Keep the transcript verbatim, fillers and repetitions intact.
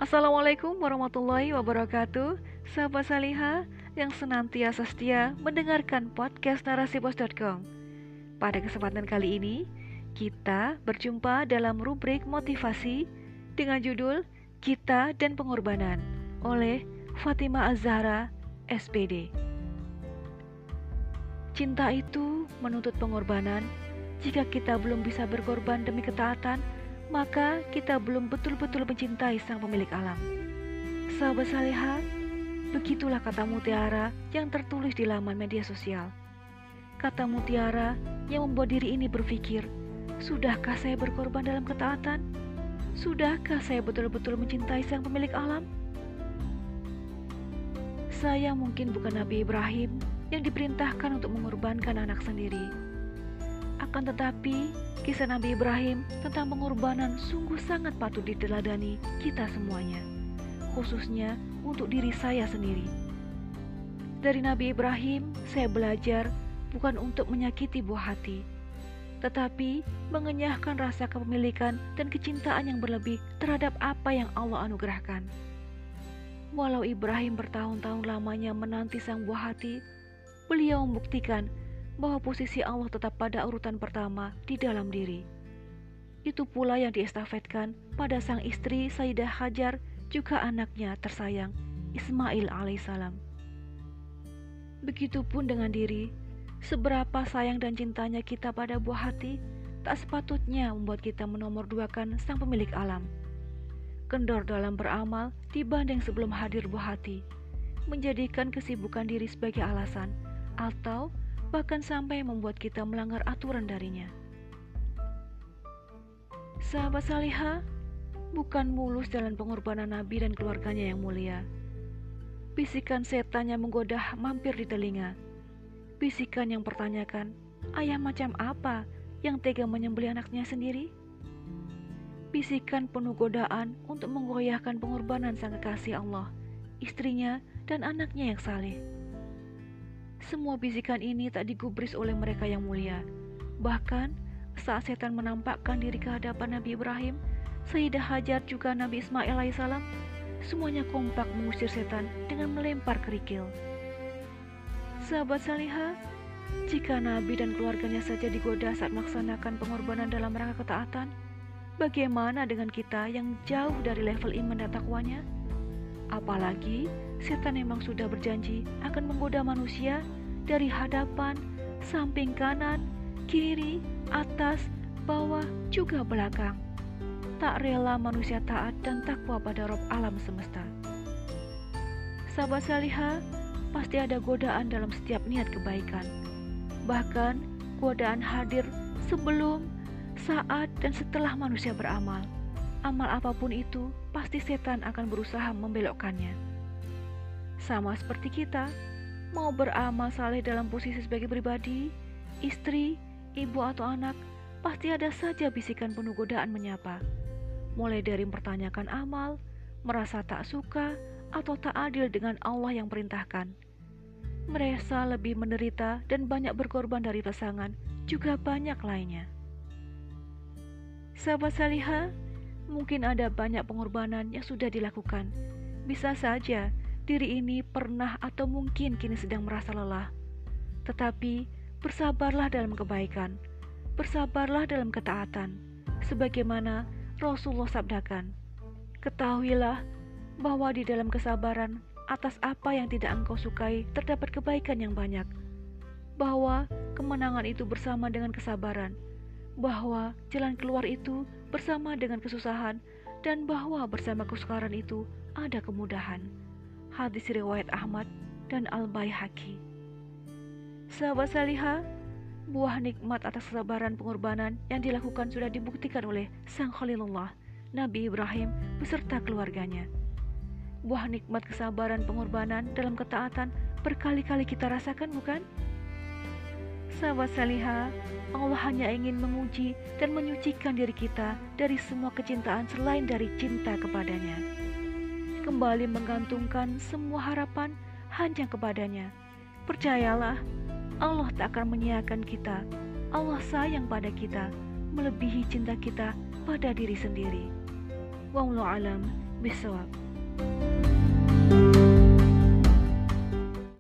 Assalamualaikum warahmatullahi wabarakatuh. Sahabat Salihah yang senantiasa setia mendengarkan podcast narasipos dot com. Pada kesempatan kali ini, kita berjumpa dalam rubrik motivasi dengan judul Kita dan Pengorbanan oleh Fatimah Az-Zahra, S P D. Cinta itu menuntut pengorbanan. Jika kita belum bisa berkorban demi ketaatan, maka kita belum betul-betul mencintai sang pemilik alam. Sahabat Salihah, begitulah kata mutiara yang tertulis di laman media sosial. Kata mutiara yang membuat diri ini berpikir, sudahkah saya berkorban dalam ketaatan? Sudahkah saya betul-betul mencintai sang pemilik alam? Saya mungkin bukan Nabi Ibrahim yang diperintahkan untuk mengorbankan anak sendiri. Akan tetapi, kisah Nabi Ibrahim tentang pengorbanan sungguh sangat patut diteladani kita semuanya, khususnya untuk diri saya sendiri. Dari Nabi Ibrahim, saya belajar bukan untuk menyakiti buah hati, tetapi mengenyahkan rasa kepemilikan dan kecintaan yang berlebih terhadap apa yang Allah anugerahkan. Walau Ibrahim bertahun-tahun lamanya menanti sang buah hati, beliau membuktikan bahwa posisi Allah tetap pada urutan pertama di dalam diri. Itu pula yang diestafetkan pada sang istri Sayyidah Hajar, juga anaknya tersayang Ismail alaihissalam. Begitupun dengan diri, seberapa sayang dan cintanya kita pada buah hati, tak sepatutnya membuat kita menomorduakan sang pemilik alam. Kendor dalam beramal dibanding sebelum hadir buah hati, menjadikan kesibukan diri sebagai alasan, atau bahkan sampai membuat kita melanggar aturan darinya. Sahabat Salihah, bukan mulus jalan pengorbanan Nabi dan keluarganya yang mulia. Bisikan setan yang menggoda mampir di telinga. Bisikan yang pertanyakan, ayah macam apa yang tega menyembelih anaknya sendiri? Bisikan penuh godaan untuk menggoyahkan pengorbanan sang kekasih Allah, istrinya dan anaknya yang saleh. Semua bisikan ini tak digubris oleh mereka yang mulia. Bahkan saat setan menampakkan diri ke hadapan Nabi Ibrahim, Sayyidah Hajar juga Nabi Ismail alaihissalam, semuanya kompak mengusir setan dengan melempar kerikil. Sahabat Salihah, jika Nabi dan keluarganya saja digoda saat melaksanakan pengorbanan dalam rangka ketaatan, bagaimana dengan kita yang jauh dari level iman dan takwanya? Apalagi setan memang sudah berjanji akan menggoda manusia dari hadapan, samping kanan, kiri, atas, bawah, juga belakang. Tak rela manusia taat dan takwa pada Rabb alam semesta. Sahabat Salihah, pasti ada godaan dalam setiap niat kebaikan. Bahkan godaan hadir sebelum, saat, dan setelah manusia beramal. Amal apapun itu, pasti setan akan berusaha membelokkannya. Sama seperti kita, mau beramal saleh dalam posisi sebagai pribadi, istri, ibu atau anak, pasti ada saja bisikan penuh godaan menyapa. Mulai dari mempertanyakan amal, merasa tak suka, atau tak adil dengan Allah yang perintahkan. Merasa lebih menderita dan banyak berkorban dari pasangan, juga banyak lainnya. Sahabat Salihah, mungkin ada banyak pengorbanan yang sudah dilakukan. Bisa saja diri ini pernah atau mungkin kini sedang merasa lelah. Tetapi bersabarlah dalam kebaikan, bersabarlah dalam ketaatan, sebagaimana Rasulullah sabdakan. Ketahuilah bahwa di dalam kesabaran atas apa yang tidak engkau sukai terdapat kebaikan yang banyak, bahwa kemenangan itu bersama dengan kesabaran, bahwa jalan keluar itu bersama dengan kesusahan, dan bahwa bersama kesukaran itu ada kemudahan. Hadis riwayat Ahmad dan Al-Baihaqi. Sahabat Salihah, buah nikmat atas kesabaran pengorbanan yang dilakukan sudah dibuktikan oleh sang Khalilullah, Nabi Ibrahim beserta keluarganya. Buah nikmat kesabaran pengorbanan dalam ketaatan berkali-kali kita rasakan, bukan? Sahabat Salihah, Allah hanya ingin menguji dan menyucikan diri kita dari semua kecintaan selain dari cinta kepadanya. Kembali menggantungkan semua harapan hanya kepadanya. Percayalah, Allah tak akan menyiakan kita. Allah sayang pada kita, melebihi cinta kita pada diri sendiri. Wallahu alam Bisawab.